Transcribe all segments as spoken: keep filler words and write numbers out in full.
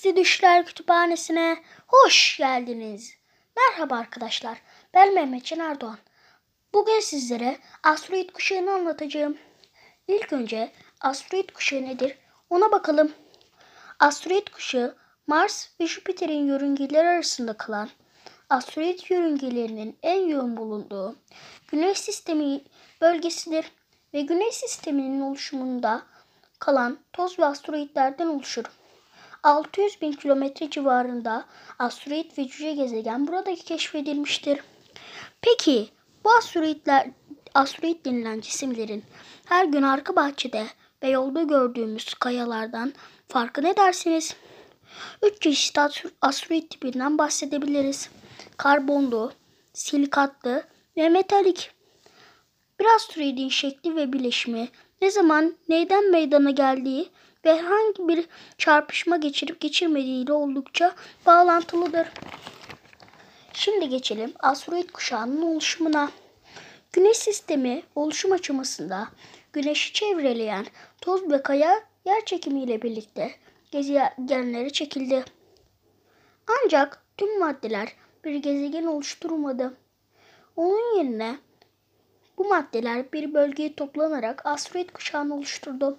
Gizli Düşler Kütüphanesi'ne hoş geldiniz. Merhaba arkadaşlar, ben Mehmetcan Erdoğan. Bugün sizlere asteroid kuşağını anlatacağım. İlk önce asteroid kuşağı nedir ona bakalım. Asteroid kuşağı, Mars ve Jüpiter'in yörüngeleri arasında kalan asteroid yörüngelerinin en yoğun bulunduğu Güneş sistemi bölgesidir ve Güneş sisteminin oluşumunda kalan toz ve asteroidlerden oluşur. altı yüz bin kilometre civarında asteroid ve cüce gezegen burada keşfedilmiştir. Peki bu asteroidler, asteroid denilen cisimlerin her gün arka bahçede ve yolda gördüğümüz kayalardan farkı ne dersiniz? Üç çeşit asteroid tipinden bahsedebiliriz. Karbonlu, silikatlı ve metalik. Bir asteroidin şekli ve bileşimi ne zaman neyden meydana geldiği ve herhangi bir çarpışma geçirip geçirmediği ile oldukça bağlantılıdır. Şimdi geçelim asteroid kuşağının oluşumuna. Güneş sistemi oluşum aşamasında Güneş'i çevreleyen toz ve kaya yer çekimiyle birlikte gezegenlere çekildi. Ancak tüm maddeler bir gezegen oluşturmadı. Onun yerine bu maddeler bir bölgeye toplanarak asteroid kuşağını oluşturdu.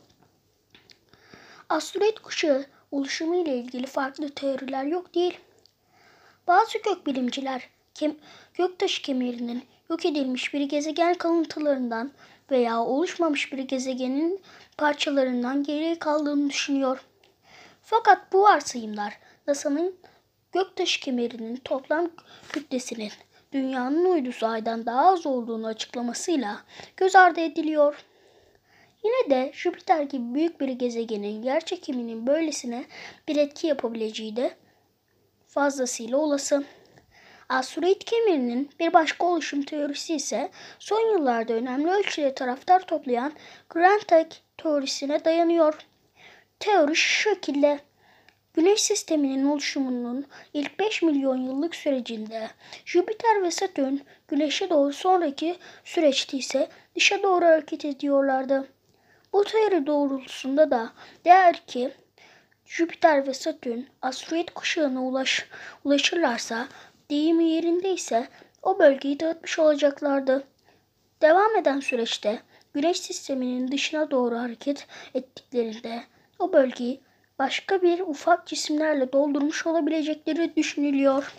Asteroid kuşağı oluşumu ile ilgili farklı teoriler yok değil. Bazı gökbilimciler kem- göktaşı kemerinin yok edilmiş bir gezegen kalıntılarından veya oluşmamış bir gezegenin parçalarından geriye kaldığını düşünüyor. Fakat bu varsayımlar N A S A'nın göktaşı kemerinin toplam kütlesinin Dünya'nın uydusu Ay'dan daha az olduğunu açıklamasıyla göz ardı ediliyor. Yine de Jüpiter gibi büyük bir gezegenin yerçekiminin böylesine bir etki yapabileceği de fazlasıyla olası. Asteroid kemerinin bir başka oluşum teorisi ise son yıllarda önemli ölçüde taraftar toplayan Grand Teque teorisine dayanıyor. Teori şu şekilde: Güneş sisteminin oluşumunun ilk beş milyon yıllık sürecinde Jüpiter ve Satürn Güneş'e doğru, sonraki süreçte ise dışa doğru hareket ediyorlardı. Bu teori doğrultusunda da der ki Jüpiter ve Satürn asteroid kuşağına ulaş, ulaşırlarsa, deyimi yerindeyse o bölgeyi dağıtmış olacaklardı. Devam eden süreçte Güneş sisteminin dışına doğru hareket ettiklerinde o bölgeyi başka bir ufak cisimlerle doldurmuş olabilecekleri düşünülüyor.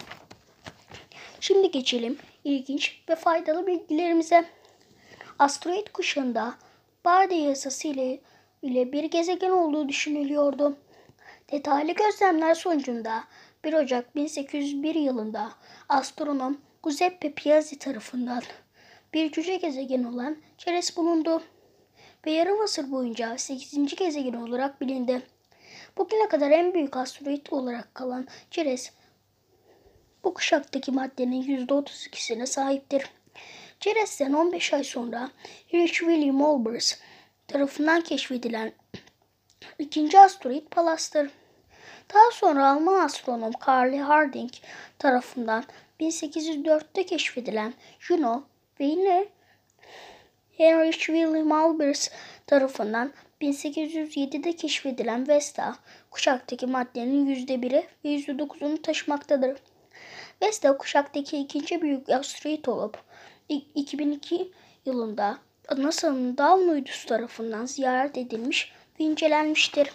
Şimdi geçelim ilginç ve faydalı bilgilerimize. Asteroid kuşağında Bade yasası ile, ile bir gezegen olduğu düşünülüyordu. Detaylı gözlemler sonucunda bir Ocak bin sekiz yüz bir yılında astronom Giuseppe Piazzi tarafından bir cüce gezegen olan Ceres bulundu ve yarım asır boyunca sekizinci gezegen olarak bilindi. Bugüne kadar en büyük asteroid olarak kalan Ceres, bu kuşaktaki maddenin yüzde otuz ikisine sahiptir. Ceres'ten on beş ay sonra Erich William Olbers tarafından keşfedilen ikinci asteroid Pallas'tır. Daha sonra Alman astronom Karl Harding tarafından bin sekiz yüz dörtte keşfedilen Juno ve yine Heinrich Wilhelm Olbers tarafından bin sekiz yüz yedide keşfedilen Vesta, kuşaktaki maddenin yüzde biri ve yüzde dokuzunu taşımaktadır. Vesta, kuşaktaki ikinci büyük asteroid olup iki bin iki yılında N A S A'nın Dawn uydusu tarafından ziyaret edilmiş ve incelenmiştir.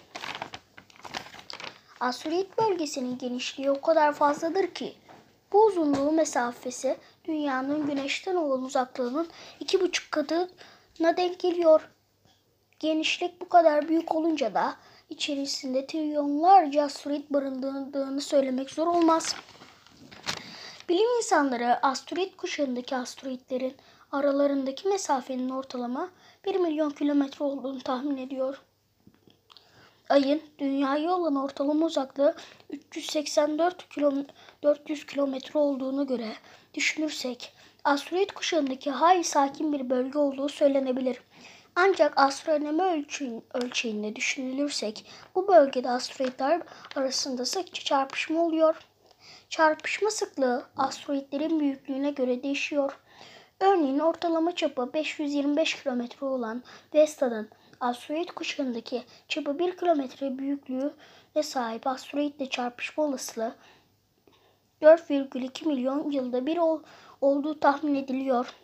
Asteroid bölgesinin genişliği o kadar fazladır ki bu uzunluğu mesafesi Dünya'nın Güneş'ten olan uzaklığının iki buçuk katına denk geliyor. Genişlik bu kadar büyük olunca da içerisinde trilyonlarca asteroid barındırdığını söylemek zor olmaz. Bilim insanları asteroid kuşağındaki asteroidlerin aralarındaki mesafenin ortalama bir milyon kilometre olduğunu tahmin ediyor. Ayın Dünya'ya olan ortalama uzaklığı üç yüz seksen dört yüz kilometre olduğuna göre düşünürsek asteroid kuşağındaki hayli sakin bir bölge olduğu söylenebilir. Ancak astronomi ölçeğin, ölçeğinde düşünülürsek bu bölgede asteroidler arasında sıkça çarpışma oluyor. Çarpışma sıklığı asteroidlerin büyüklüğüne göre değişiyor. Örneğin ortalama çapı beş yüz yirmi beş kilometre olan Vesta'nın asteroid kuşağındaki çapı bir kilometre büyüklüğüne sahip asteroidle çarpışma olasılığı dört virgül iki milyon yılda bir ol, olduğu tahmin ediliyor.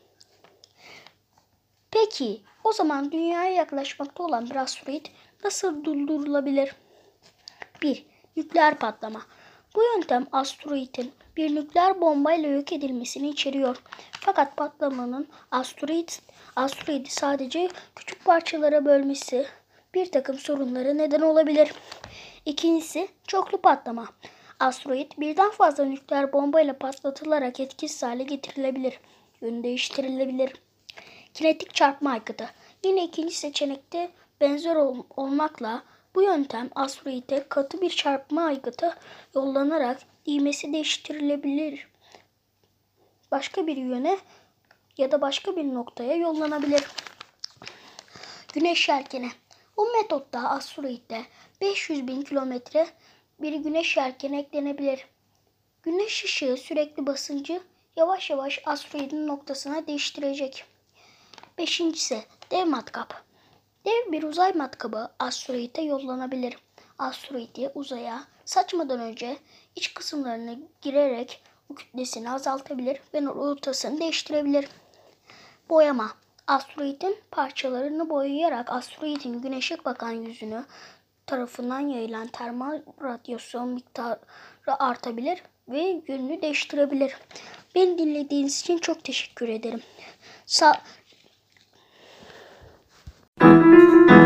Peki o zaman Dünya'ya yaklaşmakta olan bir asteroid nasıl durdurulabilir? bir. Nükleer patlama. Bu yöntem asteroidin bir nükleer bombayla yok edilmesini içeriyor. Fakat patlamanın asteroid, asteroidi sadece küçük parçalara bölmesi bir takım sorunlara neden olabilir. İkincisi çoklu patlama. Asteroid birden fazla nükleer bombayla patlatılarak etkisiz hale getirilebilir. Yönü değiştirilebilir. Kinetik çarpma aygıtı. Yine ikinci seçenekte benzer ol- olmakla bu yöntem asteroide katı bir çarpma aygıtı yollanarak ivmesi değiştirilebilir. Başka bir yöne ya da başka bir noktaya yollanabilir. Güneş yelkeni. Bu metotta asteroide beş yüz bin kilometre bir güneş yelkeni eklenebilir. Güneş ışığı sürekli basıncı yavaş yavaş asteroidin noktasına değiştirecek. Beşincisi dev matkap. Dev bir uzay matkabı asteroide yollanabilir. Asteroidi uzaya saçmadan önce iç kısımlarına girerek bu kütlesini azaltabilir ve rotasını değiştirebilir. Boyama. Asteroidin parçalarını boyayarak asteroidin güneşe bakan yüzünü tarafından yayılan termal radyasyon miktarı artabilir ve yönünü değiştirebilir. Beni dinlediğiniz için çok teşekkür ederim. Sa